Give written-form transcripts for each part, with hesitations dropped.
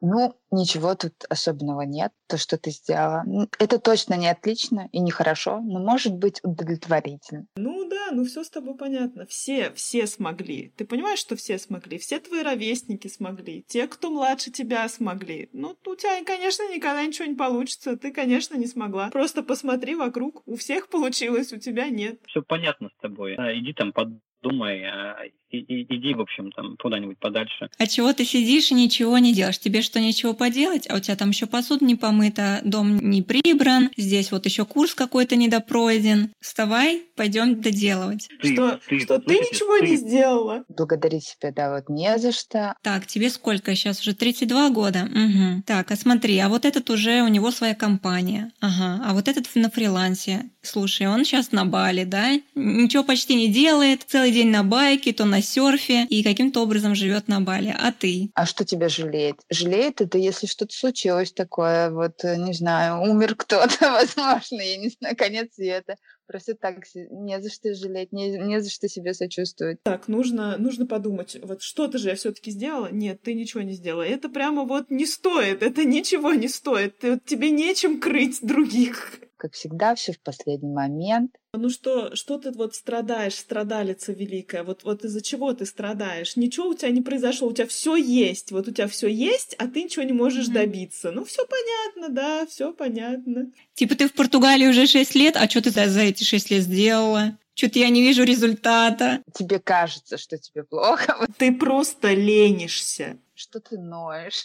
Ну, ничего тут особенного нет, то, что ты сделала. Это точно не отлично и не хорошо, но может быть удовлетворительно. Ну да, ну все с тобой понятно. Все смогли. Ты понимаешь, что все смогли? Все твои ровесники смогли. Те, кто младше тебя, смогли. Ну, у тебя, конечно, никогда ничего не получится. Ты, конечно, не смогла. Просто посмотри вокруг. У всех получилось, у тебя нет. Все понятно с тобой. Иди там подумай, иди, в общем, там куда-нибудь подальше. А чего ты сидишь и ничего не делаешь? Тебе что, нечего поделать? А у тебя там еще посуда не помыта, дом не прибран, здесь вот еще курс какой-то недопройден. Вставай, пойдем доделывать. Что ты ничего не сделала? Благодарить себя, да, вот не за что. Так, тебе сколько сейчас? Уже 32 года? Угу. Так, а смотри, а вот этот уже у него своя компания. Ага, а вот этот на фрилансе. Слушай, он сейчас на Бали, да? Ничего почти не делает, целый день на байке, то на серфе, и каким-то образом живет на Бали. А ты? А что тебя жалеет? Жалеет это, если что-то случилось такое, вот, не знаю, умер кто-то, возможно, я не знаю, конец света. Просто так не за что жалеть, не за что себе сочувствовать. Так, нужно подумать, вот что-то же я все-таки сделала? Нет, ты ничего не сделала. Это прямо вот не стоит, это ничего не стоит. Тебе нечем крыть других. Как всегда, все в последний момент. Ну что ты вот страдаешь, страдалица великая? Вот из-за чего ты страдаешь? Ничего у тебя не произошло, у тебя все есть. Вот у тебя все есть, а ты ничего не можешь добиться. Ну, все понятно, да, все понятно. Типа ты в Португалии уже 6 лет, а что ты за эти 6 лет сделала? Что-то я не вижу результата. Тебе кажется, что тебе плохо. Ты просто ленишься. Что ты ноешь?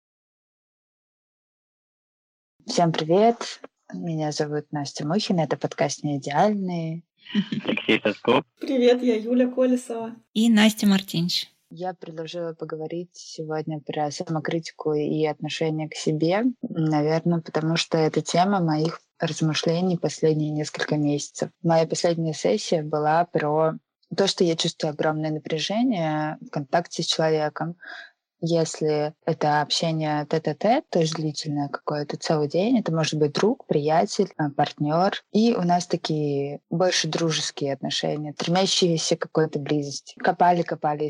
Всем привет. Меня зовут Настя Мухина. Это подкаст «Не идеальные». Алексей Сосков. Привет, я Юля Колесова. И Настя Мартинч. Я предложила поговорить сегодня про самокритику и отношение к себе, наверное, потому что это тема моих размышлений последние несколько месяцев. Моя последняя сессия была про то, что я чувствую огромное напряжение в контакте с человеком. Если это общение тет-а-тет, то есть длительное какое-то, целый день, это может быть друг, приятель, партнер. И у нас такие больше дружеские отношения, стремящиеся к какой-то близости. Копали,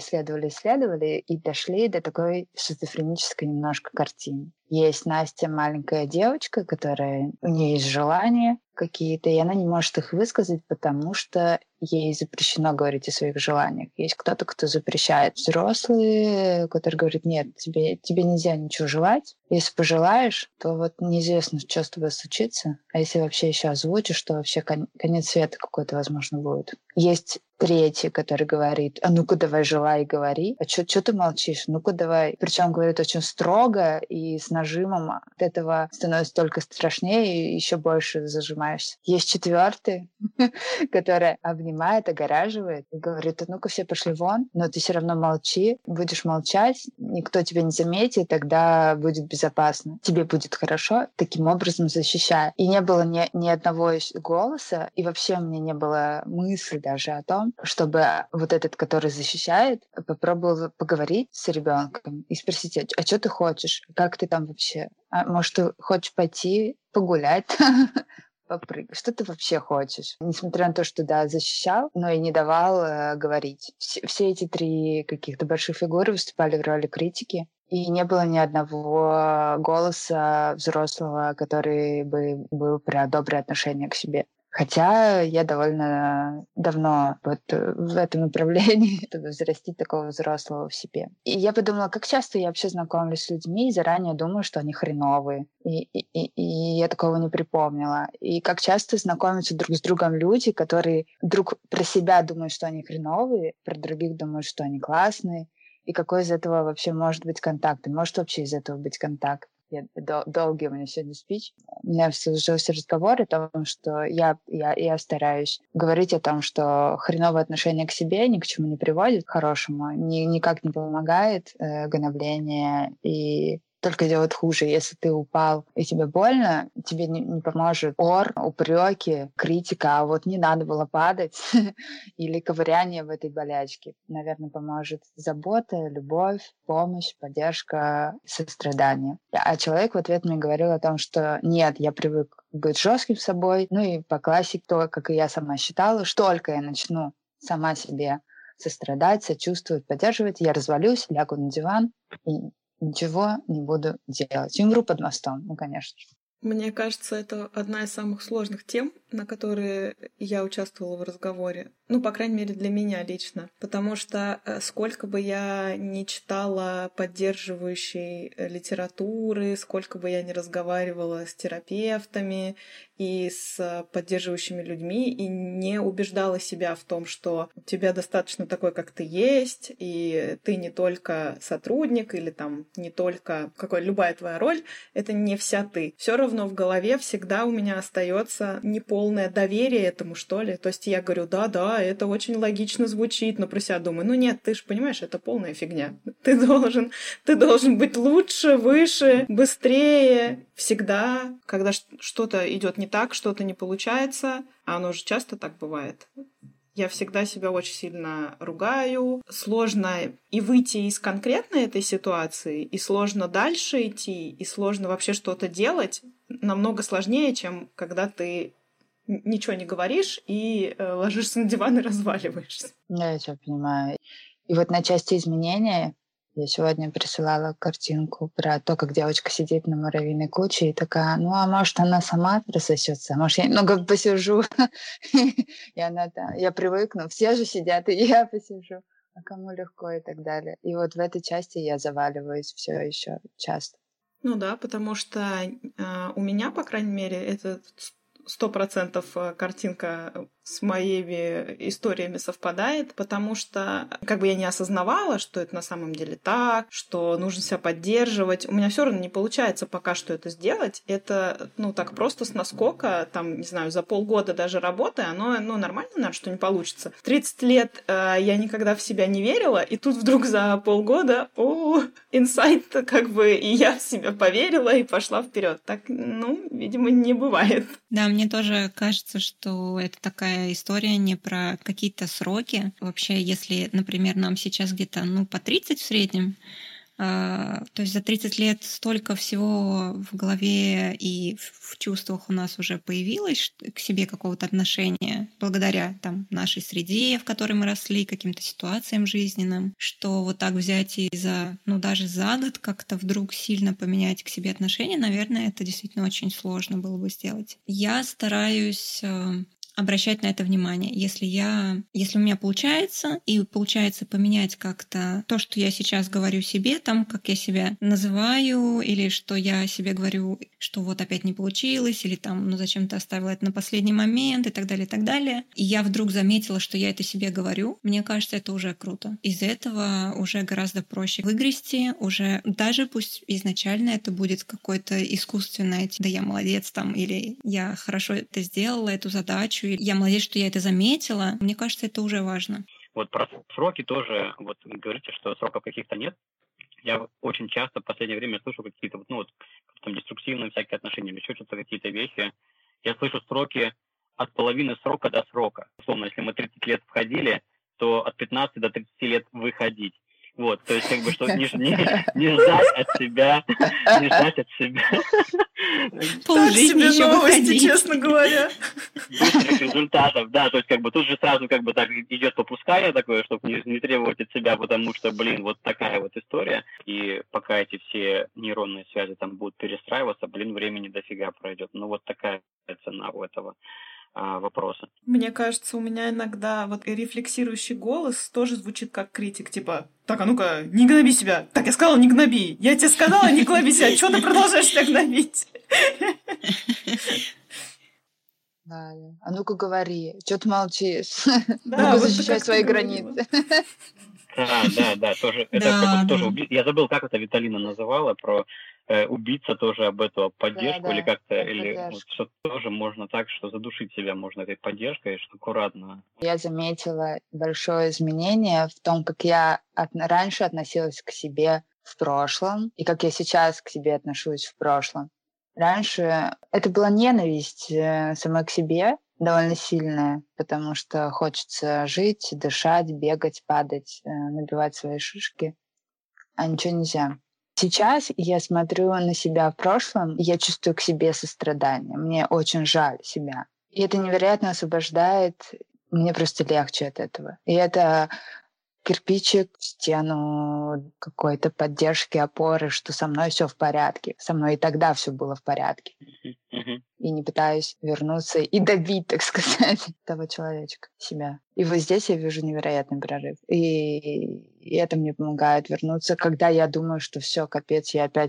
исследовали и дошли до такой шизофренической немножко картины. Есть Настя, маленькая девочка, у нее есть желания какие-то, и она не может их высказать, потому что ей запрещено говорить о своих желаниях. Есть кто-то, кто запрещает. Взрослые, который говорит: нет, тебе нельзя ничего желать. Если пожелаешь, то вот неизвестно, что с тобой случится. А если вообще еще озвучишь, то вообще конец света какой-то, возможно, будет. Есть третий, который говорит: а ну-ка давай желай и говори. А что ты молчишь? Ну-ка давай. Причем говорит очень строго и с нажимом. От этого становится только страшнее и еще больше зажимаешься. Есть четвертый, который обнимает, огораживает и говорит: а ну-ка все пошли вон, но ты все равно молчи, будешь молчать, никто тебя не заметит, тогда будет безопасно, тебе будет хорошо, таким образом защищая. И не было ни одного голоса, и вообще у меня не было мысли даже о том, чтобы вот этот, который защищает, попробовал поговорить с ребенком и спросить: а что ты хочешь? Как ты там вообще? А может, ты хочешь пойти погулять? Попрыгай. Что ты вообще хочешь? Несмотря на то, что, да, защищал, но и не давал говорить. Все эти три каких-то больших фигуры выступали в роли критики. И не было ни одного голоса взрослого, который бы был про доброе отношение к себе. Хотя я довольно давно вот в этом направлении, чтобы взрастить такого взрослого в себе. И я подумала, как часто я вообще знакомлюсь с людьми и заранее думаю, что они хреновые. И я такого не припомнила. И как часто знакомятся друг с другом люди, которые вдруг про себя думают, что они хреновые, про других думают, что они классные. И какой из этого вообще может быть контакт? И может вообще из этого быть контакт? Долгий у меня сегодня спич. У меня сложился разговор о том, что я стараюсь говорить о том, что хреновое отношение к себе ни к чему не приводит, к хорошему, никак не помогает, гнобление и только делает хуже. Если ты упал и тебе больно, тебе не поможет упреки, критика, а вот не надо было падать, или ковыряние в этой болячке. Наверное, поможет забота, любовь, помощь, поддержка, сострадание. А человек в ответ мне говорил о том, что нет, я привык быть жестким с собой, ну и по классике, то, как и я сама считала, что только я начну сама себе сострадать, сочувствовать, поддерживать, я развалюсь, лягу на диван и ничего не буду делать. И умру под мостом, конечно же. Мне кажется, это одна из самых сложных тем, на которые я участвовала в разговоре. Ну, по крайней мере, для меня лично. Потому что сколько бы я ни читала поддерживающей литературы, сколько бы я ни разговаривала с терапевтами и с поддерживающими людьми, и не убеждала себя в том, что у тебя достаточно такой, как ты есть, и ты не только сотрудник, или там не только любая твоя роль, это не вся ты. Все равно в голове всегда у меня остается неполное доверие этому, что ли. То есть я говорю, да, это очень логично звучит, но про себя думаю, ну нет, ты же понимаешь, это полная фигня. Ты должен быть лучше, выше, быстрее. Всегда, когда что-то идет не так, что-то не получается, а оно же часто так бывает. Я всегда себя очень сильно ругаю. Сложно и выйти из конкретной этой ситуации, и сложно дальше идти, и сложно вообще что-то делать. Намного сложнее, чем когда ты ничего не говоришь и ложишься на диван и разваливаешься. Я тебя понимаю. И вот на части изменения я сегодня присылала картинку про то, как девочка сидит на муравьиной куче и такая, ну, а может, она сама рассосется, а может, я немного посижу. И она там, я привыкну, все же сидят, и я посижу. А кому легко и так далее. И вот в этой части я заваливаюсь все еще часто. Ну да, потому что у меня, по крайней мере, это 100% картинка с моими историями совпадает, потому что как бы я не осознавала, что это на самом деле так, что нужно себя поддерживать. У меня все равно не получается пока что это сделать. Это, так просто с наскока, там, не знаю, за полгода даже работы, оно, нормально, наверное, что не получится. В 30 лет я никогда в себя не верила, и тут вдруг за полгода, инсайт, как бы, и я в себя поверила и пошла вперед. Так, видимо, не бывает. Да, мне тоже кажется, что это такая история не про какие-то сроки. Вообще, если, например, нам сейчас где-то по 30 в среднем, то есть за 30 лет столько всего в голове и в чувствах у нас уже появилось к себе какого-то отношения благодаря нашей среде, в которой мы росли, каким-то ситуациям жизненным, что вот так взять и даже за год как-то вдруг сильно поменять к себе отношения, наверное, это действительно очень сложно было бы сделать. Я стараюсь обращать на это внимание. Если у меня получается, и получается поменять как-то то, что я сейчас говорю себе, как я себя называю, или что я себе говорю, что вот опять не получилось, или зачем ты оставила это на последний момент, и так далее, и я вдруг заметила, что я это себе говорю, мне кажется, это уже круто. Из этого уже гораздо проще выгрести, уже даже пусть изначально это будет какое-то искусственное, да я молодец или я хорошо это сделала, эту задачу, я молодец, что я это заметила. Мне кажется, это уже важно. Вот про сроки тоже, вот говорите, что сроков каких-то нет. Я очень часто в последнее время слышу какие-то деструктивные всякие отношения, или еще что-то, какие-то вещи. Я слышу сроки от половины срока до срока. Условно, если мы 30 лет входили, то от 15 до 30 лет выходить. Вот, то есть, что не ждать от себя, Так себе новости, честно говоря. Быстрых результатов, да, то есть, тут же сразу так идет попускание такое, чтобы не требовать от себя, потому что, вот такая вот история, и пока эти все нейронные связи будут перестраиваться, времени дофига пройдет. Вот такая цена у этого вопроса. Мне кажется, у меня иногда рефлексирующий голос тоже звучит как критик, типа, так, а ну-ка, не гноби себя. Так, я сказала, не гноби. Я тебе сказала, не гноби себя. Чего ты продолжаешь себя гнобить? Да. А ну-ка говори, что ты молчишь? Да, ну-ка защищай свои границы. Да, тоже. Тоже. Я забыл, как это Виталина называла, про убиться тоже об эту поддержку, или как-то, или что тоже можно так, что задушить себя можно этой поддержкой, что аккуратно. Я заметила большое изменение в том, как я раньше относилась к себе в прошлом, и как я сейчас к себе отношусь в прошлом. Раньше это была ненависть самой к себе, довольно сильная, потому что хочется жить, дышать, бегать, падать, набивать свои шишки, а ничего нельзя. Сейчас я смотрю на себя в прошлом, и я чувствую к себе сострадание. Мне очень жаль себя. И это невероятно освобождает. Мне просто легче от этого. И это кирпичик в стену какой-то поддержки, опоры, что со мной все в порядке. Со мной и тогда все было в порядке. И не пытаюсь вернуться и добить, так сказать, того человечка, себя. И вот здесь я вижу невероятный прорыв. И это мне помогает вернуться, когда я думаю, что все, капец,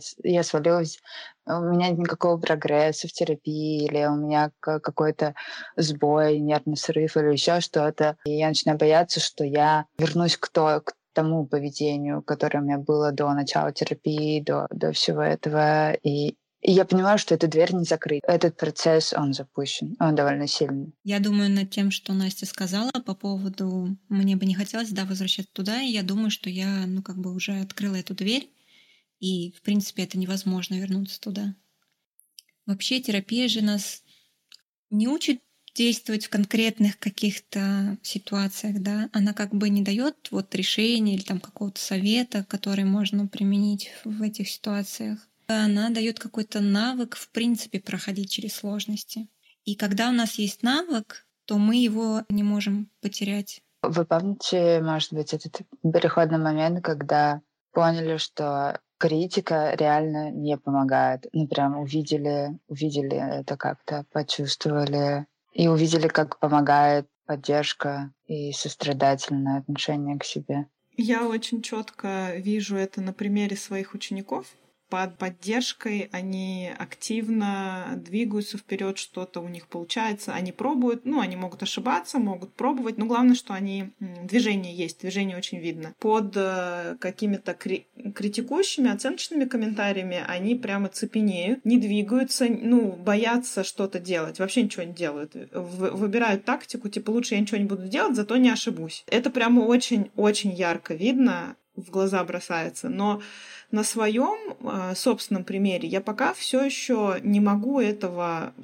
я свалилась, у меня нет никакого прогресса в терапии, или у меня какой-то сбой, нервный срыв или еще что-то. И я начинаю бояться, что я вернусь к тому поведению, которое у меня было до начала терапии, до всего этого. И я понимаю, что эта дверь не закрыта. Этот процесс, он запущен, он довольно сильный. Я думаю над тем, что Настя сказала по поводу «мне бы не хотелось, возвращаться туда», и я думаю, что я, уже открыла эту дверь, и, в принципе, это невозможно вернуться туда. Вообще терапия же нас не учит действовать в конкретных каких-то ситуациях, да, она не дает решения или какого-то совета, который можно применить в этих ситуациях. Она дает какой-то навык, в принципе, проходить через сложности. И когда у нас есть навык, то мы его не можем потерять. Вы помните, может быть, этот переходный момент, когда поняли, что критика реально не помогает? Прям увидели это как-то, почувствовали и увидели, как помогает поддержка и сострадательное отношение к себе. Я очень четко вижу это на примере своих учеников. Под поддержкой они активно двигаются вперед, что-то у них получается, они пробуют, они могут ошибаться, могут пробовать, но главное, что движение есть, движение очень видно. Под какими-то критикующими, оценочными комментариями они прямо цепенеют, не двигаются, боятся что-то делать, вообще ничего не делают. Выбирают тактику, лучше я ничего не буду делать, зато не ошибусь. Это прямо очень-очень ярко видно, в глаза бросается, но на своем собственном примере я пока все еще не могу этого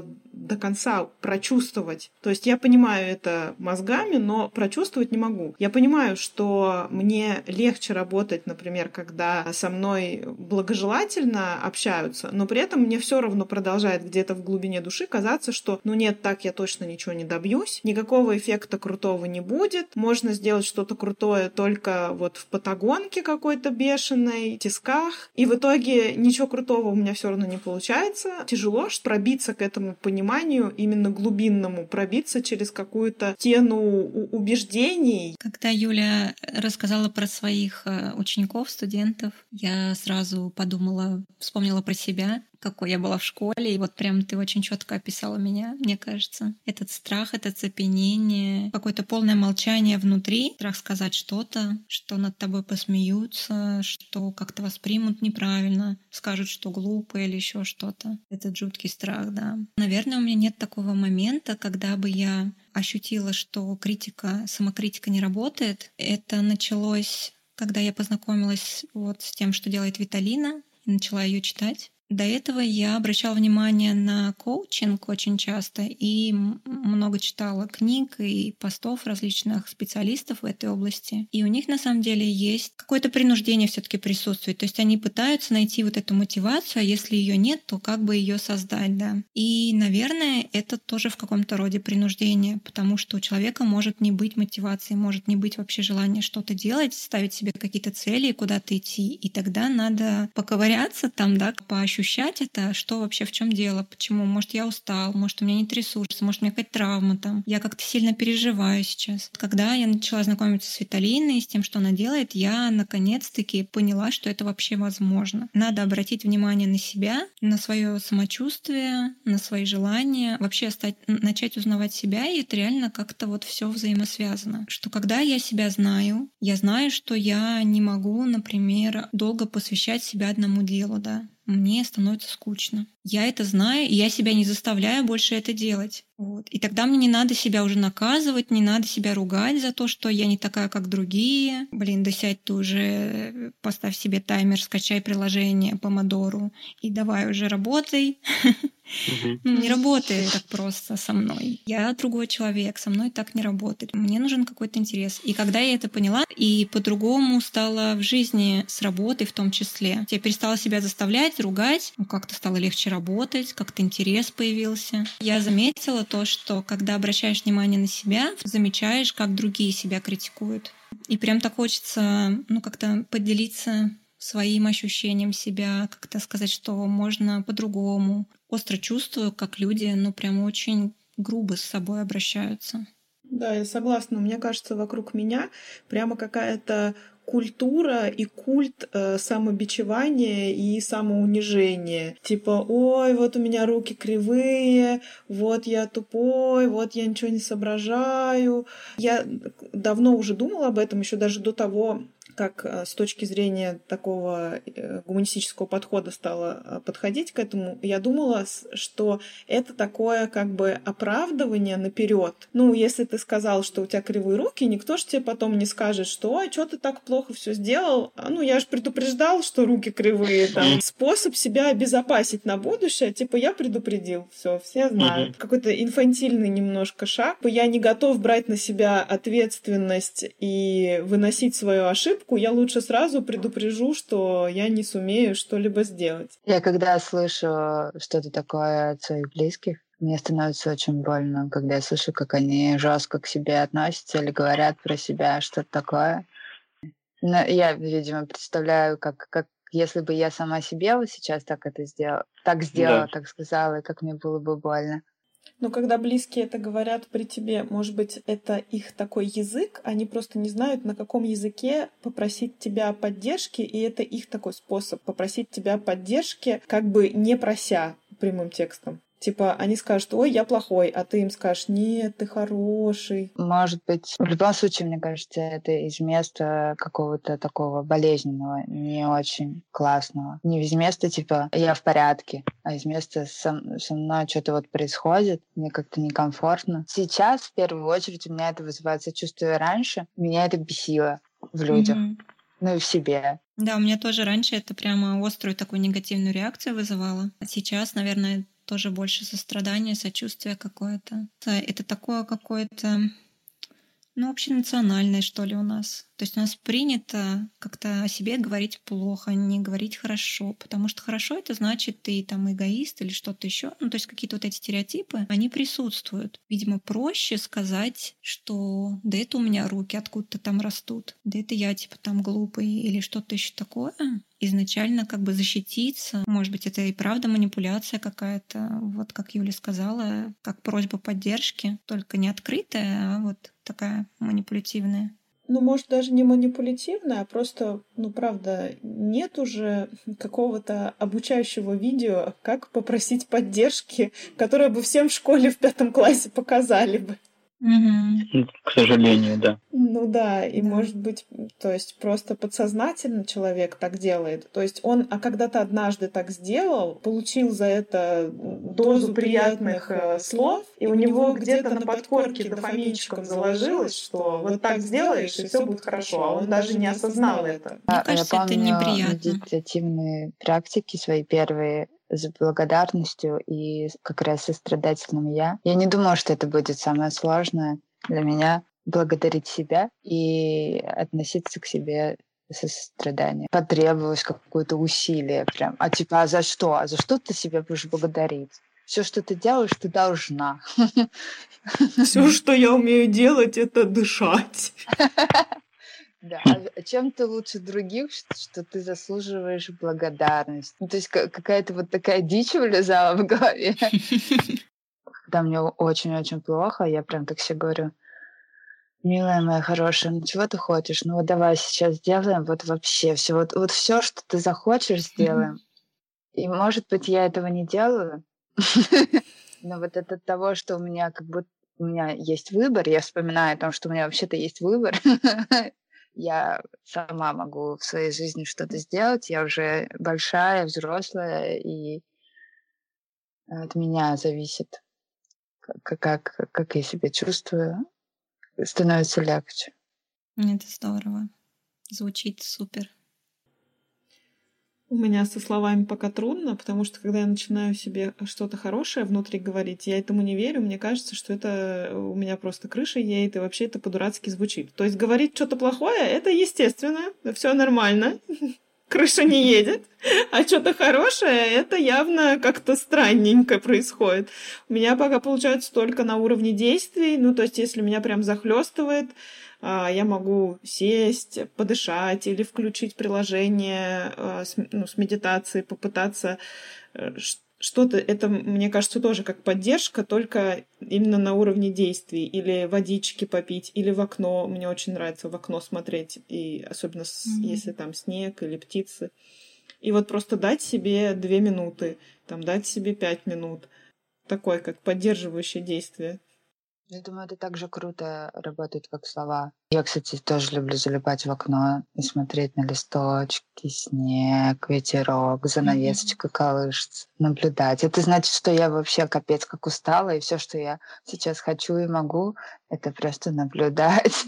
до конца прочувствовать. То есть я понимаю это мозгами, но прочувствовать не могу. Я понимаю, что мне легче работать, например, когда со мной благожелательно общаются, но при этом мне все равно продолжает где-то в глубине души казаться, что нет, так я точно ничего не добьюсь, никакого эффекта крутого не будет, можно сделать что-то крутое только в патагонке какой-то бешеной, тисках, и в итоге ничего крутого у меня все равно не получается. Тяжело пробиться к этому пониманию, именно глубинному, пробиться через какую-то стену убеждений. Когда Юля рассказала про своих учеников, студентов, я сразу вспомнила про себя, какой я была в школе, и прям ты очень четко описала меня, мне кажется. Этот страх, это цепенение, какое-то полное молчание внутри, страх сказать что-то, что над тобой посмеются, что как-то воспримут неправильно, скажут, что глупо или еще что-то. Этот жуткий страх, да. Наверное, у меня нет такого момента, когда бы я ощутила, что самокритика не работает. Это началось, когда я познакомилась с тем, что делает Виталина, и начала ее читать. До этого я обращала внимание на коучинг очень часто и много читала книг и постов различных специалистов в этой области. И у них на самом деле есть какое-то принуждение все-таки присутствует. То есть они пытаются найти эту мотивацию, а если ее нет, то как бы ее создать, да. И, наверное, это тоже в каком-то роде принуждение, потому что у человека может не быть мотивации, может не быть вообще желания что-то делать, ставить себе какие-то цели и куда-то идти. И тогда надо поковыряться там, да, поощущать это, что вообще, в чем дело, почему, может, я устал, может, у меня нет ресурсов, может, у меня какая-то травма там, я как-то сильно переживаю сейчас. Когда я начала знакомиться с Виталиной, с тем, что она делает, я наконец-таки поняла, что это вообще возможно. Надо обратить внимание на себя, на свое самочувствие, на свои желания, вообще начать узнавать себя, и это реально как-то все взаимосвязано. Что когда я себя знаю, я знаю, что я не могу, например, долго посвящать себя одному делу, да. Мне становится скучно. Я это знаю, и я себя не заставляю больше это делать. И тогда мне не надо себя уже наказывать, не надо себя ругать за то, что я не такая, как другие. Да сядь ты уже, поставь себе таймер, скачай приложение Помодору и давай уже работай. Не работает так просто со мной. Я другой человек, со мной так не работает. Мне нужен какой-то интерес. И когда я это поняла, и по-другому стало в жизни с работой в том числе. Я перестала себя заставлять, ругать, как-то стало легче работать, как-то интерес появился. Я заметила то, что когда обращаешь внимание на себя, замечаешь, как другие себя критикуют. И прям так хочется, как-то поделиться своим ощущением себя, как-то сказать, что можно по-другому. Остро чувствую, как люди, прям очень грубо с собой обращаются. Да, я согласна. Мне кажется, вокруг меня прямо какая-то культура и культ самобичевания и самоунижения. Типа, ой, вот у меня руки кривые, вот я тупой, вот я ничего не соображаю. Я давно уже думала об этом, еще даже до того, как с точки зрения такого гуманистического подхода стала подходить к этому, я думала, что это такое как бы оправдывание наперед. Если ты сказал, что у тебя кривые руки, никто же тебе потом не скажет, что ой, что ты так плохо все сделал. Я же предупреждал, что руки кривые. Там. Способ себя обезопасить на будущее, типа я предупредил, все знают. Какой-то инфантильный немножко шаг. Я не готов брать на себя ответственность и выносить свою ошибку, я лучше сразу предупрежу, что я не сумею что-либо сделать. Я когда слышу что-то такое от своих близких, мне становится очень больно, когда я слышу, как они жестко к себе относятся или говорят про себя что-то такое. Но я, видимо, представляю, как если бы я сама себе вот сейчас так сделала, так сказала, и как мне было бы больно. Когда близкие это говорят при тебе, может быть, это их такой язык, они просто не знают, на каком языке попросить тебя о поддержке, и это их такой способ попросить тебя о поддержке, как бы не прося прямым текстом. Типа, они скажут, ой, я плохой, а ты им скажешь, нет, ты хороший. Может быть, в любом случае, мне кажется, это из места какого-то такого болезненного, не очень классного. Не из места, типа, я в порядке, а из места со мной что-то вот происходит, мне как-то некомфортно. Сейчас, в первую очередь, у меня это вызывает сочувствие. Раньше меня это бесило в людях, и в себе. Да, у меня тоже раньше это прямо острую такую негативную реакцию вызывало. А сейчас, наверное, тоже больше сострадания, сочувствия какое-то. Это такое какое-то, общенациональное, что ли, у нас. То есть у нас принято как-то о себе говорить плохо, не говорить хорошо, потому что хорошо — это значит, ты там эгоист или что-то еще. То есть какие-то вот эти стереотипы, они присутствуют. Видимо, проще сказать, что да это у меня руки откуда-то там растут, да это я типа там глупый или что-то еще такое. Изначально как бы защититься. Может быть, это и правда манипуляция какая-то, вот как Юля сказала, как просьба поддержки, только не открытая, а вот такая манипулятивная. Может, даже не манипулятивная, а просто, правда, нет уже какого-то обучающего видео, как попросить поддержки, которое бы всем в школе в 5 классе показали бы. К сожалению, да. Да, и может быть, то есть просто подсознательно человек так делает. То есть он, когда-то однажды так сделал, получил за это дозу приятных слов, и у него где-то на подкорке дофаминчиком заложилось, что вот так сделаешь, и все будет хорошо, а он даже не осознал это. Мне кажется, я помню это неприятно. Медитативные практики свои первые с благодарностью и как раз сострадательным я. Я не думала, что это будет самое сложное для меня — благодарить себя и относиться к себе со состраданием. Потребовалось какое-то усилие прям. А за что? А за что ты себя будешь благодарить? Все, что ты делаешь, ты должна. Все, что я умею делать, это дышать. Да, а чем ты лучше других, что ты заслуживаешь благодарность? То есть какая-то вот такая дичь влезала в голове. Когда мне очень-очень плохо, я прям так себе говорю, милая моя хорошая, чего ты хочешь? Вот давай сейчас сделаем вот вообще все. Вот все, что ты захочешь, сделаем. И, может быть, я этого не делаю, но вот от того, что у меня как будто у меня есть выбор, я вспоминаю о том, что у меня вообще-то есть выбор, я сама могу в своей жизни что-то сделать, я уже большая, взрослая, и от меня зависит, как я себя чувствую, становится легче. Это здорово. Звучит супер. У меня со словами пока трудно, потому что когда я начинаю себе что-то хорошее внутри говорить, я этому не верю, мне кажется, что это у меня просто крыша едет, и вообще это по-дурацки звучит. То есть говорить что-то плохое — это естественно, все нормально, крыша не едет, а что-то хорошее — это явно как-то странненько происходит. У меня пока получается только на уровне действий, то есть если меня прям захлестывает, я могу сесть, подышать или включить приложение с медитацией, попытаться что-то. Это, мне кажется, тоже как поддержка, только именно на уровне действий. Или водички попить, или в окно. Мне очень нравится в окно смотреть, и особенно если там снег или птицы. И вот просто дать себе 2 минуты, там, дать себе 5 минут. Такое, как поддерживающее действие. Я думаю, это так же круто работает, как слова. Я, кстати, тоже люблю залипать в окно и смотреть на листочки, снег, ветерок, занавесочка колышется, наблюдать. Это значит, что я вообще капец как устала, и все, что я сейчас хочу и могу, это просто наблюдать.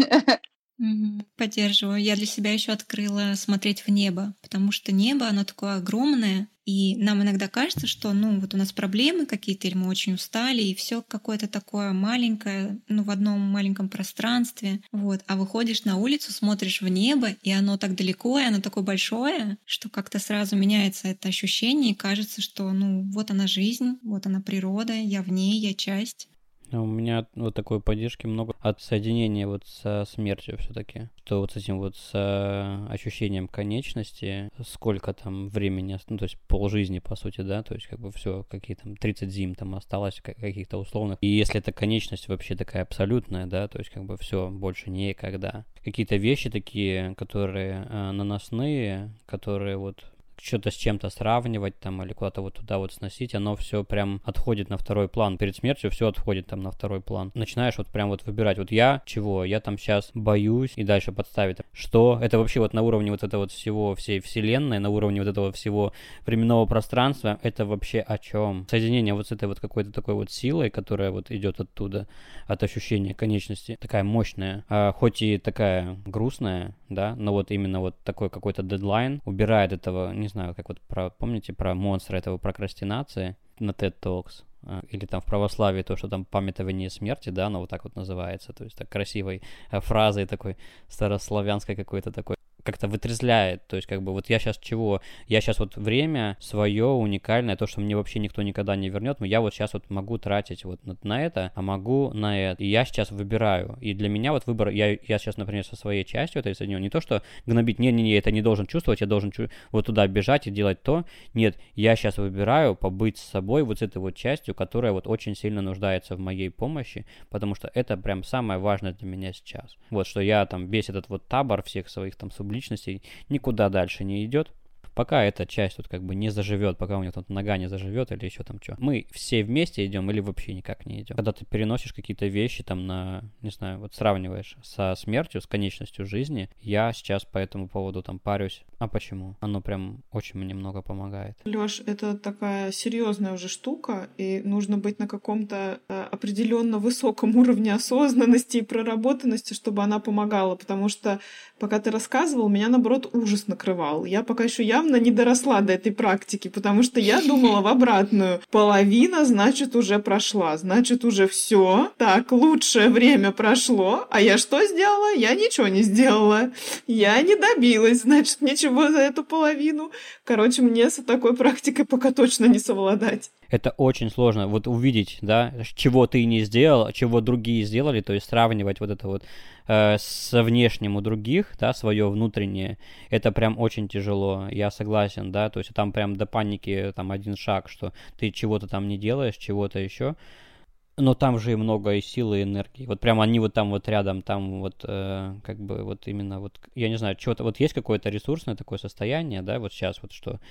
Поддерживаю. Я для себя еще открыла смотреть в небо, потому что небо, оно такое огромное, и нам иногда кажется, что, вот у нас проблемы какие-то, или мы очень устали, и все какое-то такое маленькое, в одном маленьком пространстве. Вот. А выходишь на улицу, смотришь в небо, и оно так далеко, и оно такое большое, что как-то сразу меняется это ощущение, и кажется, что, вот она жизнь, вот она природа, я в ней, я часть. У меня вот такой поддержки много от соединения вот со смертью все-таки. Что вот с этим вот с ощущением конечности, сколько там времени, то есть полжизни, по сути, да, то есть как бы все, какие там 30 зим там осталось, каких-то условных. И если эта конечность вообще такая абсолютная, да, то есть как бы все, больше никогда. Какие-то вещи такие, которые наносные, которые вот что-то с чем-то сравнивать там или куда-то вот туда вот сносить, оно все прям отходит на второй план. Перед смертью все отходит там на второй план. Начинаешь вот прям вот выбирать, вот я чего? Я там сейчас боюсь, и дальше подставить. Что? Это вообще вот на уровне вот этого вот всего, всей вселенной, на уровне вот этого всего временного пространства, это вообще о чем? Соединение вот с этой вот какой-то такой вот силой, которая вот идет оттуда, от ощущения конечности, такая мощная, хоть и такая грустная, да, но вот именно вот такой какой-то дедлайн убирает этого, не знаю, как вот помните про монстра этого прокрастинации на TED Talks? Или там в православии то, что там памятование смерти, да, оно вот так вот называется, то есть так красивой фразой такой старославянской какой-то такой, как-то вытрезвляет, то есть как бы вот я сейчас чего, я сейчас вот время свое уникальное, то, что мне вообще никто никогда не вернет, но я вот сейчас вот могу тратить вот на это, а могу на это, и я сейчас выбираю, и для меня вот выбор, я сейчас, например, со своей частью этой соединен, не то, что гнобить, не, это не должен чувствовать, я должен вот туда бежать и делать то, нет, я сейчас выбираю побыть с собой вот с этой вот частью, которая вот очень сильно нуждается в моей помощи, потому что это прям самое важное для меня сейчас, вот, что я там весь этот вот табор всех своих там личностей никуда дальше не идет, пока эта часть вот как бы не заживет, пока у нее там нога не заживет или еще там что. Мы все вместе идем или вообще никак не идем. Когда ты переносишь какие-то вещи там на, не знаю, вот сравниваешь со смертью, с конечностью жизни, я сейчас по этому поводу там парюсь. А почему? Оно прям очень мне много помогает. Лёш, это такая серьезная уже штука, и нужно быть на каком-то определенно высоком уровне осознанности и проработанности, чтобы она помогала, потому что пока ты рассказывал, меня, наоборот, ужас накрывал. Я пока еще явно не доросла до этой практики, потому что я думала в обратную. Половина, значит, уже прошла, значит, уже все. Так, лучшее время прошло, а я что сделала? Я ничего не сделала. Я не добилась, значит, ничего за эту половину. Короче, мне с такой практикой пока точно не совладать. Это очень сложно, вот увидеть, да, чего ты не сделал, чего другие сделали, то есть сравнивать вот это вот со внешним у других, да, свое внутреннее, это прям очень тяжело, я согласен, да, то есть там прям до паники там один шаг, что ты чего-то там не делаешь, чего-то еще, но там же и много и силы, и энергии, вот прям они вот там вот рядом, там вот как бы вот именно вот, я не знаю, чего-то, вот есть какое-то ресурсное такое состояние, да, вот сейчас вот, что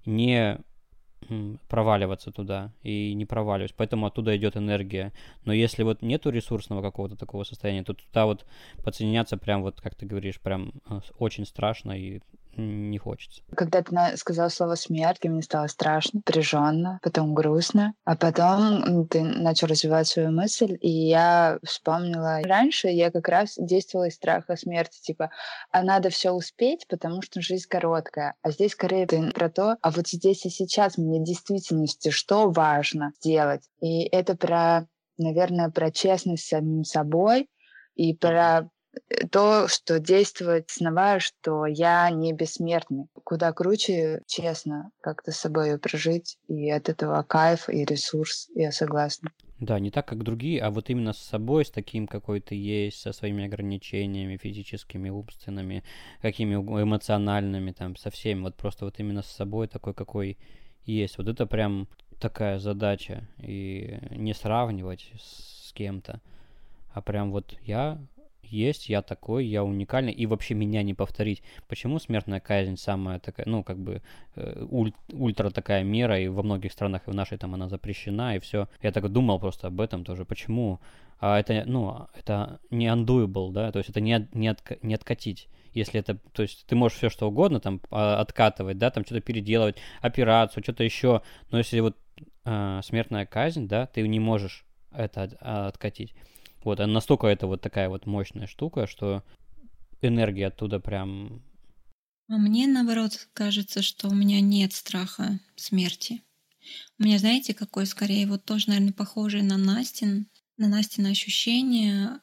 не проваливаться туда и не проваливаюсь, поэтому оттуда идет энергия. Но если вот нету ресурсного какого-то такого состояния, то туда вот подсоединяться прям вот, как ты говоришь, прям очень страшно и не хочется. Когда ты сказал слово «смерть», мне стало страшно, напряженно, потом грустно, а потом ты начал развивать свою мысль, и я вспомнила, раньше я как раз действовала из страха смерти, типа, а надо все успеть, потому что жизнь короткая, а здесь скорее ты про то, а вот здесь и сейчас мне в действительности что важно сделать, и это про, наверное, про честность с самим собой и про то, что действовать, сознавая, что я не бессмертный. Куда круче, честно, как-то с собой прожить, и от этого кайф и ресурс, я согласна. Да, не так, как другие, а вот именно с собой, с таким, какой ты есть, со своими ограничениями физическими, умственными, какими эмоциональными, там, со всеми, вот просто вот именно с собой такой, какой есть. Вот это прям такая задача, и не сравнивать с кем-то, а прям вот я есть, я такой, я уникальный, и вообще меня не повторить. Почему смертная казнь самая такая, ну, как бы, ультра такая мера, и во многих странах, и в нашей там она запрещена, и все. Я так думал просто об этом тоже. Почему? А это, ну, это не undoable, да, то есть это не откатить. Если это, то есть ты можешь все что угодно там откатывать, да, там что-то переделывать, операцию, что-то еще, но если вот смертная казнь, да, ты не можешь это откатить. Вот, а настолько это вот такая вот мощная штука, что энергия оттуда прям... А мне, наоборот, кажется, что у меня нет страха смерти. У меня, знаете, какой скорее вот тоже, наверное, похожий на Настин ощущение,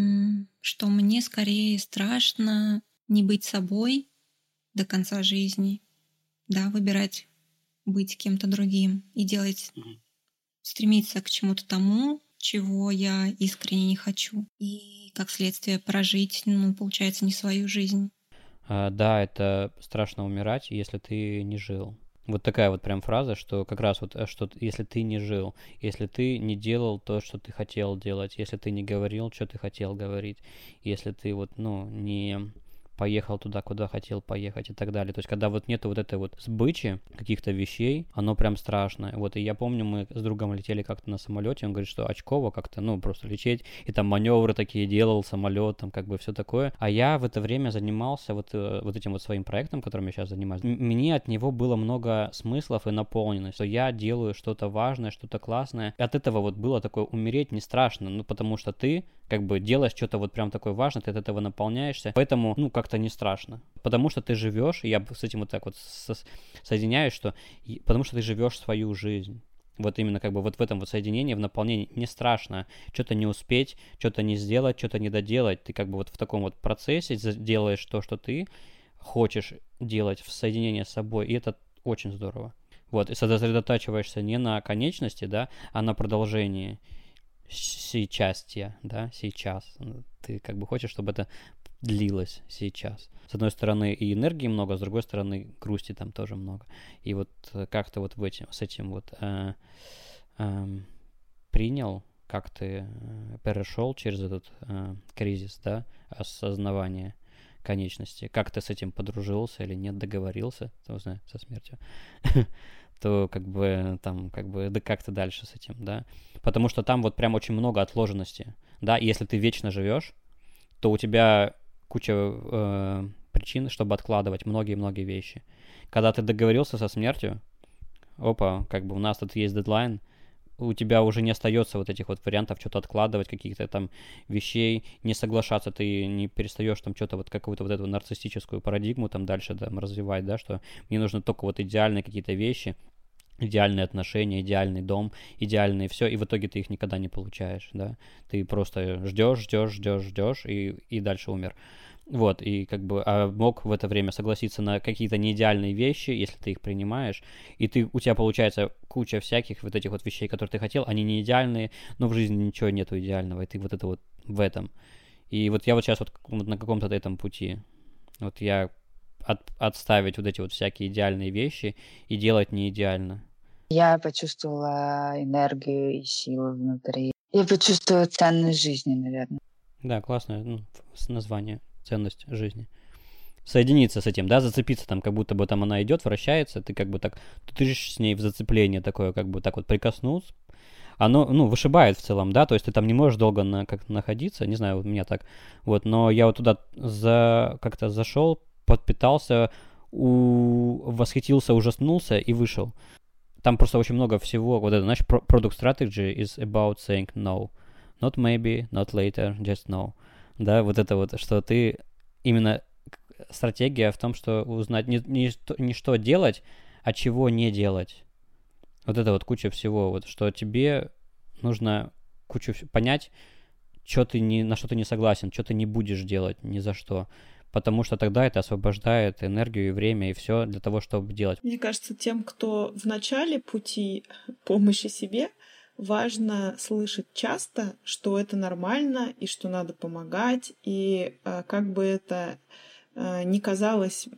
что мне скорее страшно не быть собой до конца жизни, да, выбирать быть кем-то другим и делать, стремиться к чему-то тому, чего я искренне не хочу. И, как следствие, прожить, ну, получается, не свою жизнь. Да, это страшно умирать, если ты не жил. Вот такая вот прям фраза, что как раз вот, что если ты не жил, если ты не делал то, что ты хотел делать, если ты не говорил, что ты хотел говорить, если ты вот, ну, не поехал туда, куда хотел поехать и так далее. То есть, когда вот нету вот этой вот сбычи каких-то вещей, оно прям страшно. Вот, и я помню, мы с другом летели как-то на самолете, он говорит, что очково как-то, ну, просто лететь, и там маневры такие делал, самолет, там, как бы все такое. А я в это время занимался вот этим вот своим проектом, которым я сейчас занимаюсь. Мне от него было много смыслов и наполненность, что я делаю что-то важное, что-то классное. И от этого вот было такое умереть не страшно, ну, потому что ты как бы делаешь что-то вот прям такое важное, ты от этого наполняешься, поэтому, ну, как-то не страшно, потому что ты живешь, и я с этим вот так вот соединяюсь, что потому что ты живешь свою жизнь. Вот именно как бы вот в этом вот соединении, в наполнении не страшно что-то не успеть, что-то не сделать, что-то не доделать. Ты как бы вот в таком вот процессе делаешь то, что ты хочешь делать в соединении с собой, и это очень здорово. Вот, и сосредотачиваешься не на конечности, да, а на продолжении. Сейчас, да, сейчас. Ты как бы хочешь, чтобы это длилось сейчас. С одной стороны и энергии много, с другой стороны грусти там тоже много. И вот как-то вот с этим вот принял, как ты перешел через этот кризис, да, осознавания конечности, как ты с этим подружился или нет, договорился, кто знает, со смертью, то как бы там, как бы, да как ты дальше с этим, да? Потому что там вот прям очень много отложенности, да, и если ты вечно живешь, то у тебя куча причин, чтобы откладывать многие-многие вещи. Когда ты договорился со смертью, опа, как бы у нас тут есть дедлайн, у тебя уже не остается вот этих вот вариантов что-то откладывать, каких-то там вещей, не соглашаться, ты не перестаешь там что-то вот какую-то вот эту нарциссическую парадигму там дальше там развивать, да, что мне нужны только вот идеальные какие-то вещи, идеальные отношения, идеальный дом, идеальные все, и в итоге ты их никогда не получаешь, да, ты просто ждешь, и дальше умер. Вот, и как бы мог в это время согласиться на какие-то неидеальные вещи, если ты их принимаешь, и у тебя получается куча всяких вот этих вот вещей, которые ты хотел, они не идеальные, но в жизни ничего нету идеального, и ты вот это вот в этом. И вот я вот сейчас вот на каком-то этом пути. Вот я отставить вот эти вот всякие идеальные вещи и делать не идеально. Я почувствовала энергию и силу внутри. Я почувствовала ценность жизни, наверное. Да, классное название. Ценность жизни. Соединиться с этим, да, зацепиться там, как будто бы там она идет, вращается, ты как бы так, ты же с ней в зацепление такое, как бы так вот прикоснуться. Оно, ну, вышибает в целом, да, то есть ты там не можешь долго как находиться, не знаю, у меня так, вот, но я вот туда как-то зашел, подпитался, восхитился, ужаснулся и вышел. Там просто очень много всего, вот это, знаешь, product strategy is about saying no. Not maybe, not later, just no. Да, вот это вот, что ты именно стратегия в том, что узнать не что делать, а чего не делать. Вот это вот куча всего, вот, что тебе нужно понять, на что ты не согласен, что ты не будешь делать ни за что. Потому что тогда это освобождает энергию и время, и все для того, чтобы делать. Мне кажется, тем, кто в начале пути помощи себе, важно слышать часто, что это нормально и что надо помогать, и как бы это не казалось,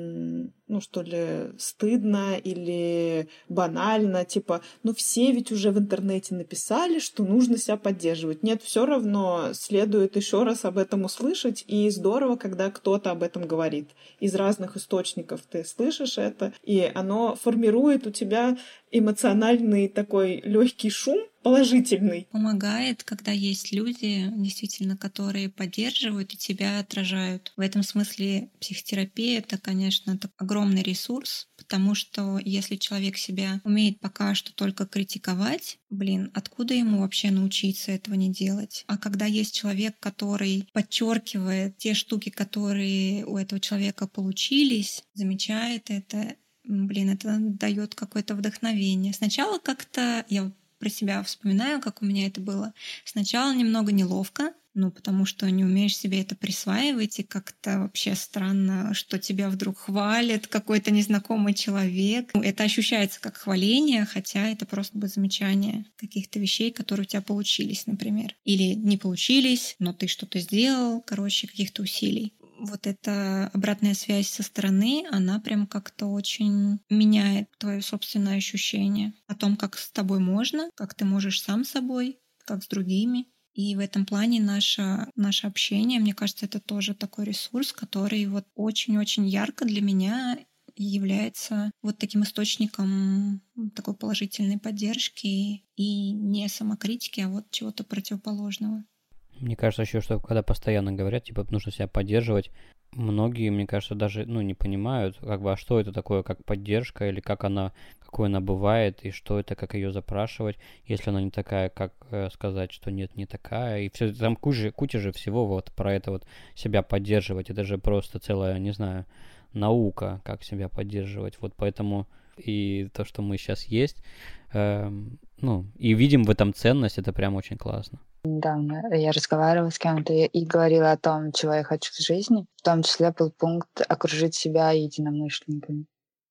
ну что ли, стыдно или банально, типа, ну все ведь уже в интернете написали, что нужно себя поддерживать. Нет, все равно следует еще раз об этом услышать, и здорово, когда кто-то об этом говорит. Из разных источников ты слышишь это, и оно формирует у тебя эмоциональный такой легкий шум, положительный. Помогает, когда есть люди, действительно, которые поддерживают и тебя отражают. В этом смысле психотерапия — это, конечно, огромный ресурс, потому что если человек себя умеет пока что только критиковать, откуда ему вообще научиться этого не делать? А когда есть человек, который подчеркивает те штуки, которые у этого человека получились, замечает это, это дает какое-то вдохновение. Сначала как-то я про себя вспоминаю, как у меня это было. Сначала немного неловко, потому что не умеешь себе это присваивать, и как-то вообще странно, что тебя вдруг хвалит какой-то незнакомый человек. Это ощущается как хваление, хотя это просто замечание каких-то вещей, которые у тебя получились, например. Или не получились, но ты что-то сделал, каких-то усилий. Вот эта обратная связь со стороны, она прям как-то очень меняет твое собственное ощущение о том, как с тобой можно, как ты можешь сам собой, как с другими. И в этом плане наше общение, мне кажется, это тоже такой ресурс, который очень-очень ярко для меня является таким источником такой положительной поддержки и не самокритики, а чего-то противоположного. Мне кажется еще, что когда постоянно говорят, нужно себя поддерживать, многие, мне кажется, даже, не понимают, а что это такое, как поддержка, или какой она бывает, и что это, как ее запрашивать, если она не такая, как сказать, что нет, не такая, и все, там куча же всего про это себя поддерживать, это же просто целая, не знаю, наука, как себя поддерживать, поэтому и то, что мы сейчас есть, и видим в этом ценность, это прям очень классно. Недавно я разговаривала с кем-то и говорила о том, чего я хочу в жизни. В том числе был пункт окружить себя единомышленниками.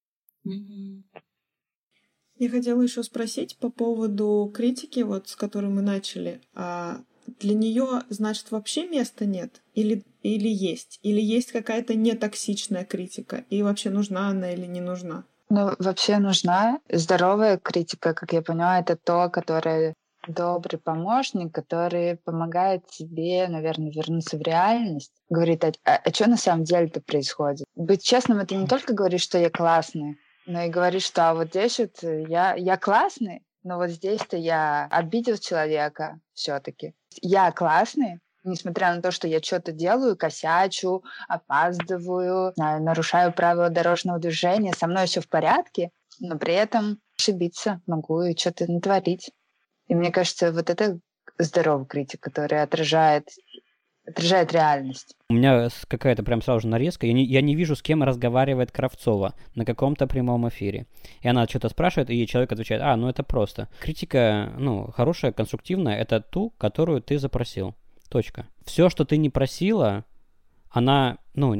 Я хотела еще спросить по поводу критики, с которой мы начали. А для нее, значит, вообще места нет? Или есть? Или есть какая-то нетоксичная критика? И вообще нужна она или не нужна? Вообще нужна. Здоровая критика, как я поняла, это то, которое добрый помощник, который помогает тебе, наверное, вернуться в реальность. Говорит, а что на самом деле-то происходит? Быть честным — это не только говорить, что я классный, но и говорить, что здесь я классный, но здесь-то я обидел человека все-таки. Я классный, несмотря на то, что я что-то делаю, косячу, опаздываю, нарушаю правила дорожного движения, со мной все в порядке, но при этом ошибиться могу и что-то натворить. И мне кажется, это здоровая критика, которая отражает реальность. У меня какая-то прям сразу же нарезка. Я не вижу, с кем разговаривает Кравцова на каком-то прямом эфире. И она что-то спрашивает, и человек отвечает, это просто. Критика, хорошая, конструктивная, это ту, которую ты запросил. Точка. Все, что ты не просила, она,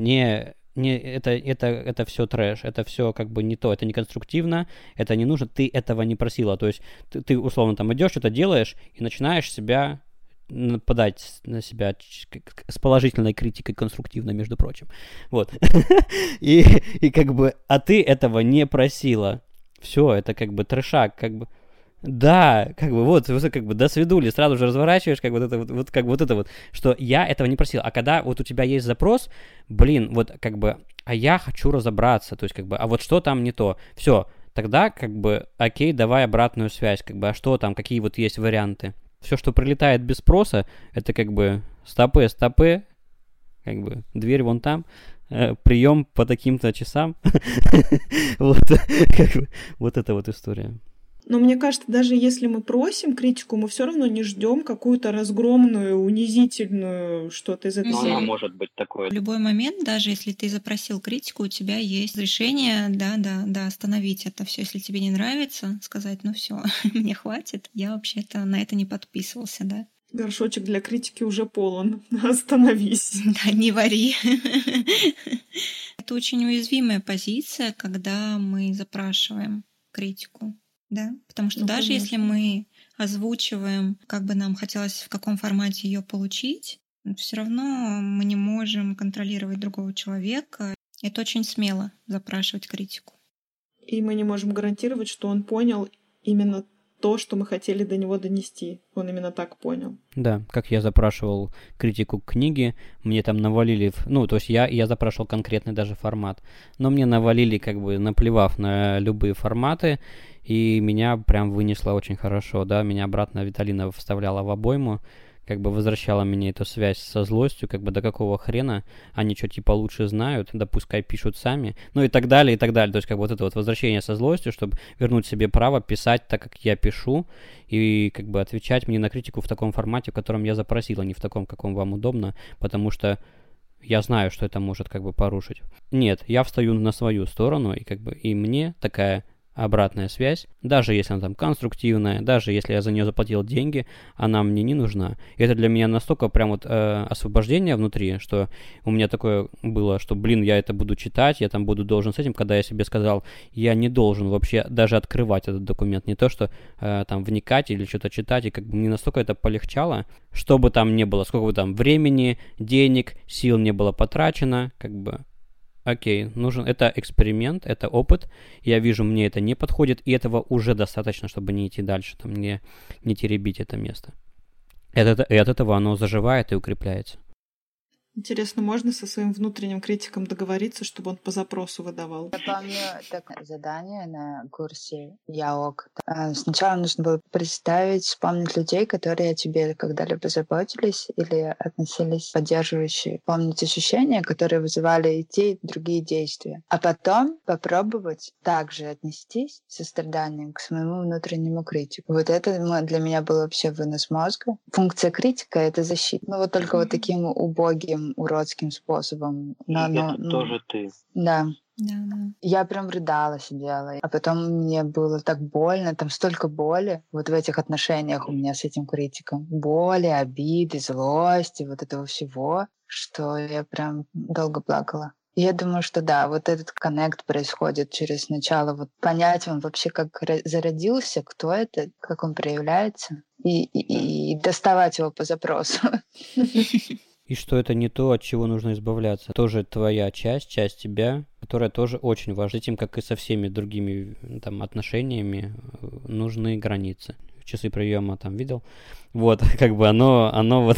это все трэш, это все не то, это не конструктивно, это не нужно, ты этого не просила. То есть ты условно идешь, что-то делаешь и начинаешь себя нападать на себя с положительной критикой, конструктивной, между прочим. И а ты этого не просила. Все, это трешак, Да, до свидули, сразу же разворачиваешь, что я этого не просил. А когда у тебя есть запрос, а я хочу разобраться, то есть, а что там не то? Все, тогда, окей, давай обратную связь, а что там, какие есть варианты? Все, что прилетает без спроса, это стопы, дверь вон там, прием по таким-то часам. Это история. Но мне кажется, даже если мы просим критику, мы все равно не ждем какую-то разгромную, унизительную что-то из этой серии. Может быть такое. В любой момент, даже если ты запросил критику, у тебя есть решение, да, остановить это все. Если тебе не нравится, сказать, все, мне хватит. Я вообще-то на это не подписывался, да. Горшочек для критики уже полон. Остановись. Да, не вари. Это очень уязвимая позиция, когда мы запрашиваем критику. Да, потому что даже если мы озвучиваем, как бы нам хотелось, в каком формате ее получить, все равно мы не можем контролировать другого человека. Это очень смело запрашивать критику. И мы не можем гарантировать, что он понял именно то, что мы хотели до него донести. Он именно так понял. Да, как я запрашивал критику книги, мне там навалили... то есть я запрашивал конкретный даже формат, но мне навалили, как бы наплевав на любые форматы, и меня прям вынесло очень хорошо, да, меня обратно Виталина вставляла в обойму, как бы возвращала мне эту связь со злостью, как бы до какого хрена они что типа лучше знают, да пускай пишут сами, и так далее, и так далее. То есть как бы вот это вот возвращение со злостью, чтобы вернуть себе право писать так, как я пишу, и как бы отвечать мне на критику в таком формате, в котором я запросил, а не в таком, каком вам удобно, потому что я знаю, что это может как бы порушить. Нет, я встаю на свою сторону, и как бы и мне такая обратная связь, даже если она там конструктивная, даже если я за нее заплатил деньги, она мне не нужна. И это для меня настолько прям вот освобождение внутри, что у меня такое было, что, я это буду читать, я там буду должен с этим, когда я себе сказал, я не должен вообще даже открывать этот документ, не то, что там вникать или что-то читать, и как бы мне настолько это полегчало, что бы там ни было, сколько бы там времени, денег, сил не было потрачено, как бы окей, нужен, это эксперимент, это опыт, я вижу, мне это не подходит, и этого уже достаточно, чтобы не идти дальше, там, не теребить это место. И от этого оно заживает и укрепляется. Интересно, можно со своим внутренним критиком договориться, чтобы он по запросу выдавал? Я помню такое задание на курсе ЯОК. Сначала нужно было представить, вспомнить людей, которые о тебе когда-либо заботились или относились поддерживающе. Помнить ощущения, которые вызывали и те, и другие действия. А потом попробовать также отнестись с состраданием к своему внутреннему критику. Вот это для меня был вообще вынос мозга. Функция критика — это защита. Вот только вот таким убогим, уродским способом. Это тоже ты. Да. Да. Я прям рыдала, сидела. А потом мне было так больно. Там столько боли вот в этих отношениях у меня с этим критиком. Боли, обиды, злости, вот этого всего, что я прям долго плакала. И я думаю, что да, вот этот коннект происходит через начало вот понять, он вообще как зародился, кто это, как он проявляется, и доставать его по запросу. И что это не то, от чего нужно избавляться. Тоже твоя часть тебя, которая тоже очень важна. Этим, как и со всеми другими там отношениями, нужны границы. Часы приема там видел. Вот, как бы оно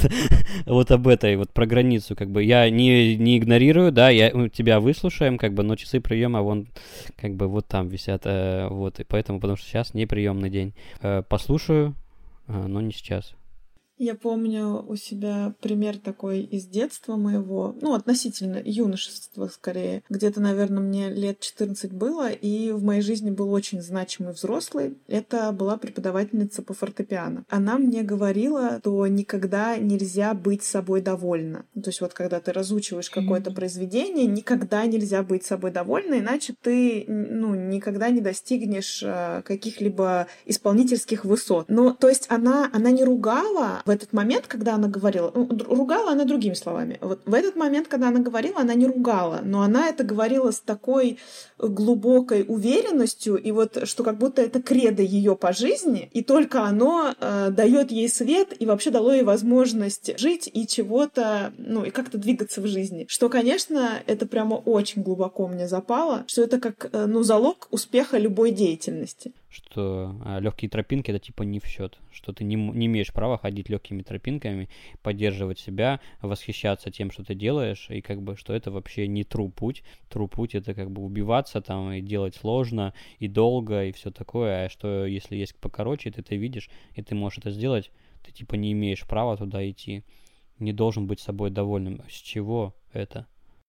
вот об этой, вот про границу, как бы я не игнорирую, да, тебя выслушаем, как бы, но часы приема вон, как бы вот там висят, вот, и поэтому, потому что сейчас не приемный день. Послушаю, но не сейчас. Я помню у себя пример такой из детства моего, относительно юношества скорее. Где-то, наверное, мне лет 14 было, и в моей жизни был очень значимый взрослый. Это была преподавательница по фортепиано. Она мне говорила, что никогда нельзя быть собой довольна. То есть вот когда ты разучиваешь какое-то произведение, никогда нельзя быть собой довольна, иначе ты, никогда не достигнешь каких-либо исполнительских высот. То есть она не ругала в этот момент, когда она говорила, ругала она другими словами. Вот в этот момент, когда она говорила, она не ругала, но она это говорила с такой глубокой уверенностью, и вот что как будто это кредо ее по жизни, и только оно дает ей свет и вообще дало ей возможность жить и чего-то, и как-то двигаться в жизни. Что, конечно, это прямо очень глубоко мне запало, что это как, залог успеха любой деятельности. Что легкие тропинки это типа не в счет, что ты не имеешь права ходить легкими тропинками, поддерживать себя, восхищаться тем, что ты делаешь, и как бы что это вообще не true путь. True путь это как бы убиваться там и делать сложно и долго и все такое, а что если есть покороче, ты это видишь и ты можешь это сделать, ты типа не имеешь права туда идти, не должен быть собой довольным. С чего это?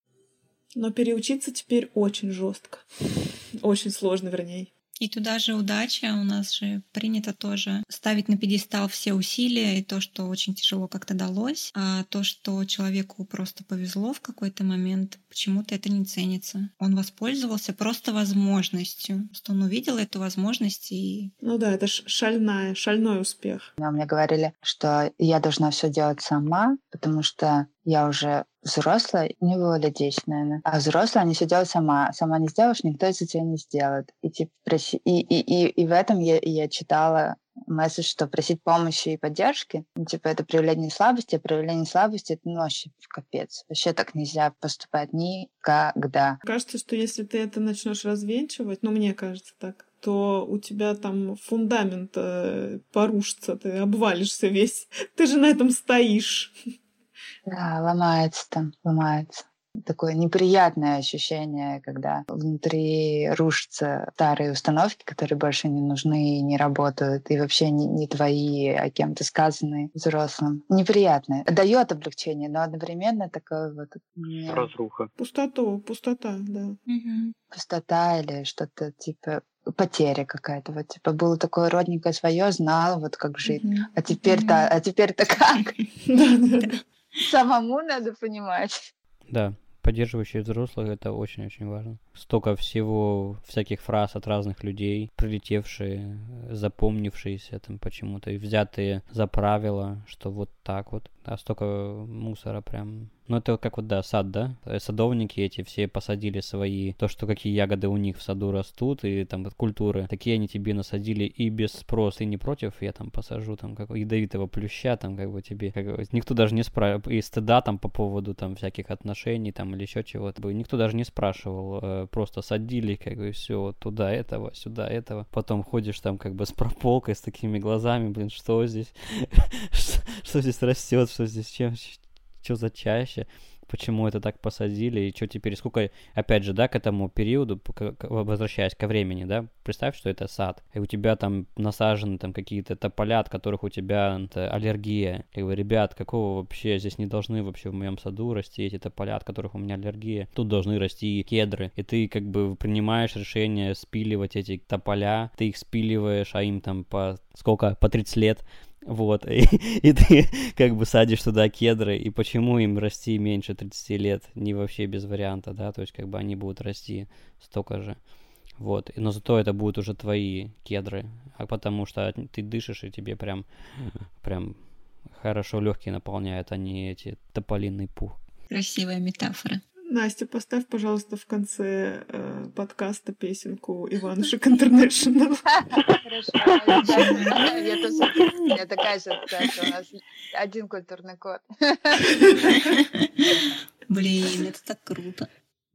Но переучиться теперь очень жестко, очень сложно, вернее. И туда же удача, у нас же принято тоже ставить на пьедестал все усилия и то, что очень тяжело как-то далось, а то, что человеку просто повезло в какой-то момент, почему-то это не ценится. Он воспользовался просто возможностью, что он увидел эту возможность и... Это шальной успех. Мне говорили, что я должна все делать сама, потому что я уже взрослая, мне было лет 10, наверное. А взрослая, они все делают сама. Сама не сделаешь, никто это за тебя не сделает. И в этом я читала месседж, что просить помощи и поддержки, типа, это проявление слабости, а проявление слабости — это, ну, вообще капец. Вообще так нельзя поступать никогда. Кажется, что если ты это начнешь развенчивать, ну, мне кажется так, то у тебя там фундамент порушится, ты обвалишься весь. Ты же на этом стоишь. Да, ломается. Такое неприятное ощущение, когда внутри рушатся старые установки, которые больше не нужны и не работают, и вообще не твои, а кем-то сказанные взрослым. Неприятное. Дает облегчение, но одновременно такое вот... Разруха. Пустота, да. Пустота или что-то типа... потеря какая-то. Вот, типа, было такое родненькое свое, знал, вот как жить. А теперь-то как? Самому надо понимать. Да, поддерживающие взрослых — это очень-очень важно. Столько всего, всяких фраз от разных людей, прилетевшие, запомнившиеся там почему-то, и взятые за правило, что вот так вот. А столько мусора прям... Ну, это как вот, да, сад, да? Садовники эти все посадили свои... То, что какие ягоды у них в саду растут, и там вот культуры, такие они тебе насадили и без спроса, и не против. Я там посажу там как ядовитого плюща, там как бы тебе... Никто даже не спрашивал. И стыда там по поводу там всяких отношений там или еще чего-то. Никто даже не спрашивал. Просто садили как бы все вот туда этого, сюда этого. Потом ходишь там как бы с прополкой, с такими глазами, блин, что здесь? Что здесь растет? Что здесь чем? Что за чаще, почему это так посадили, и что теперь, сколько, опять же, да, к этому периоду, возвращаясь ко времени, да, представь, что это сад, и у тебя там насажены там какие-то тополя, от которых у тебя аллергия, как бы, ребят, какого вообще здесь не должны вообще в моем саду расти эти тополя, от которых у меня аллергия, тут должны расти кедры, и ты как бы принимаешь решение спиливать эти тополя, ты их спиливаешь, а им там по 30 лет, вот, и ты как бы садишь туда кедры, и почему им расти меньше 30 лет, не вообще без варианта, да, то есть как бы они будут расти столько же, вот, но зато это будут уже твои кедры, а потому что ты дышишь, и тебе прям хорошо легкие наполняют, а не эти тополиный пух. Красивая метафора. Настя, поставь, пожалуйста, в конце подкаста песенку Иванушек Интернешнл. Хорошо. Я такая же, у нас один культурный код. Блин, это так круто.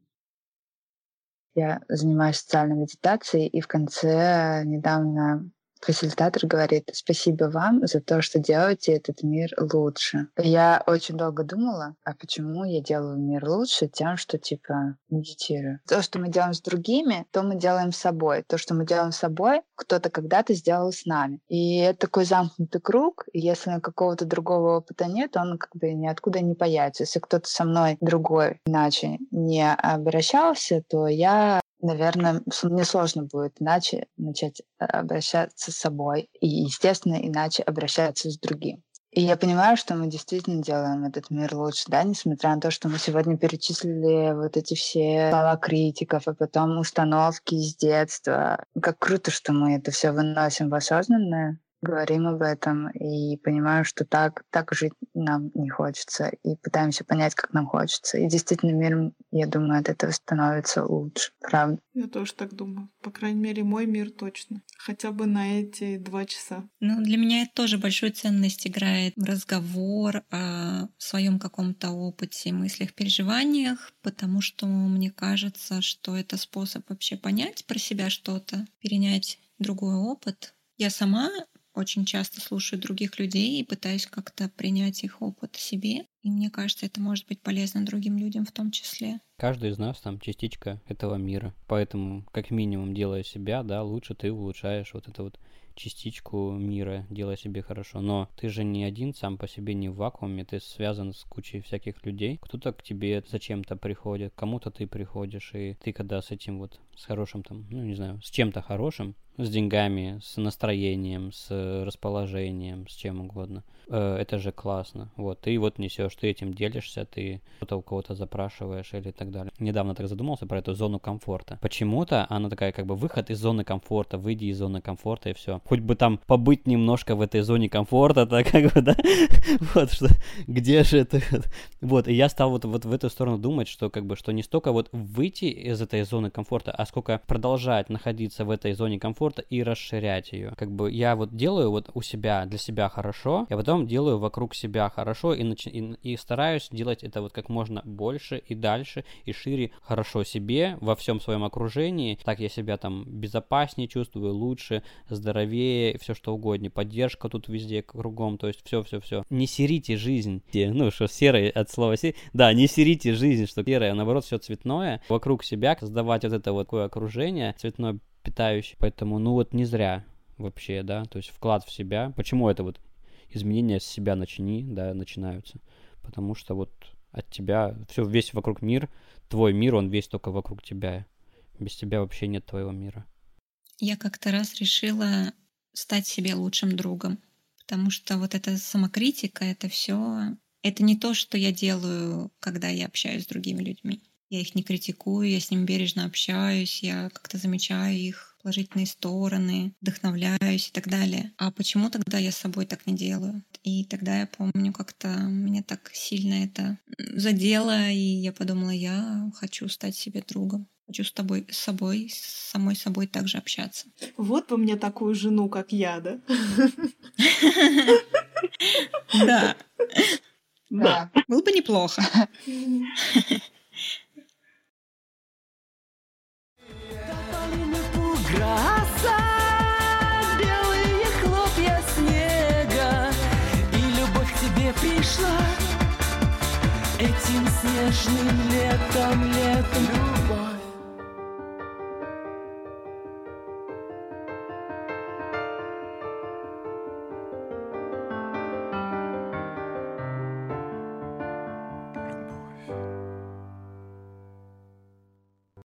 Я занимаюсь социальной медитацией, и в конце недавно фасилитатор говорит: спасибо вам за то, что делаете этот мир лучше. Я очень долго думала, а почему я делаю мир лучше тем, что типа медитирую. То, что мы делаем с другими, то мы делаем с собой. То, что мы делаем с собой, кто-то когда-то сделал с нами. И это такой замкнутый круг, и если какого-то другого опыта нет, он как бы ниоткуда не появится. Если кто-то со мной другой иначе не обращался, то наверное, мне сложно будет иначе начать обращаться с собой и, естественно, иначе обращаться с другим. И я понимаю, что мы действительно делаем этот мир лучше, да, несмотря на то, что мы сегодня перечислили вот эти все слова критиков, а потом установки с детства. Как круто, что мы это все выносим в осознанное, говорим об этом и понимаем, что так жить нам не хочется, и пытаемся понять, как нам хочется. И действительно мир, я думаю, от этого становится лучше, правда. Я тоже так думаю. По крайней мере, мой мир точно. Хотя бы на эти 2 часа. Ну, для меня это тоже большую ценность играет разговор о своем каком-то опыте, мыслях, переживаниях, потому что мне кажется, что это способ вообще понять про себя что-то, перенять другой опыт. Я сама очень часто слушаю других людей и пытаюсь как-то принять их опыт себе. И мне кажется, это может быть полезно другим людям в том числе. Каждый из нас там частичка этого мира. Поэтому, как минимум, делая себя, да, лучше ты улучшаешь вот эту вот частичку мира, делая себе хорошо. Но ты же не один сам по себе, не в вакууме, ты связан с кучей всяких людей. Кто-то к тебе зачем-то приходит, кому-то ты приходишь, и ты когда с этим вот, с хорошим там, ну не знаю, с чем-то хорошим, с деньгами, с настроением, с расположением, с чем угодно, это же классно. Вот, ты вот несешь, ты этим делишься, ты что-то у кого-то запрашиваешь или так далее. Недавно так задумался про эту зону комфорта. Почему-то она такая как бы выход из зоны комфорта, выйди из зоны комфорта и все. Хоть бы там побыть немножко в этой зоне комфорта, так как бы, да, вот, что, где же это, вот, и я стал вот в эту сторону думать, что как бы, что не столько вот выйти из этой зоны комфорта, а сколько продолжать находиться в этой зоне комфорта, комфорта и расширять ее. Как бы я вот делаю вот у себя, для себя хорошо, я потом делаю вокруг себя хорошо и стараюсь делать это вот как можно больше и дальше и шире хорошо себе во всем своем окружении. Так я себя там безопаснее чувствую, лучше, здоровее, все что угодно. Поддержка тут везде, кругом, то есть все. Не серите жизнь. Ну, что серый от слова серый. Да, не серите жизнь, что серое, а наоборот все цветное. Вокруг себя создавать вот это вот такое окружение цветное, питающее. Поэтому, ну вот не зря вообще, да, то есть вклад в себя. Почему это вот изменения с себя начинаются? Потому что вот от тебя все, весь вокруг мир, твой мир, он весь только вокруг тебя. Без тебя вообще нет твоего мира. Я как-то раз решила стать себе лучшим другом, потому что вот эта самокритика, это все, это не то, что я делаю, когда я общаюсь с другими людьми. Я их не критикую, я с ними бережно общаюсь, я как-то замечаю их положительные стороны, вдохновляюсь и так далее. А почему тогда я с собой так не делаю? И тогда я помню, как-то меня так сильно это задело, и я подумала, я хочу стать себе другом. Хочу с самой собой также общаться. Вот бы мне такую жену, как я, да? Да. Да. Было бы неплохо. Белые хлопья снега, и любовь к тебе пришла этим снежным летом. Любовь.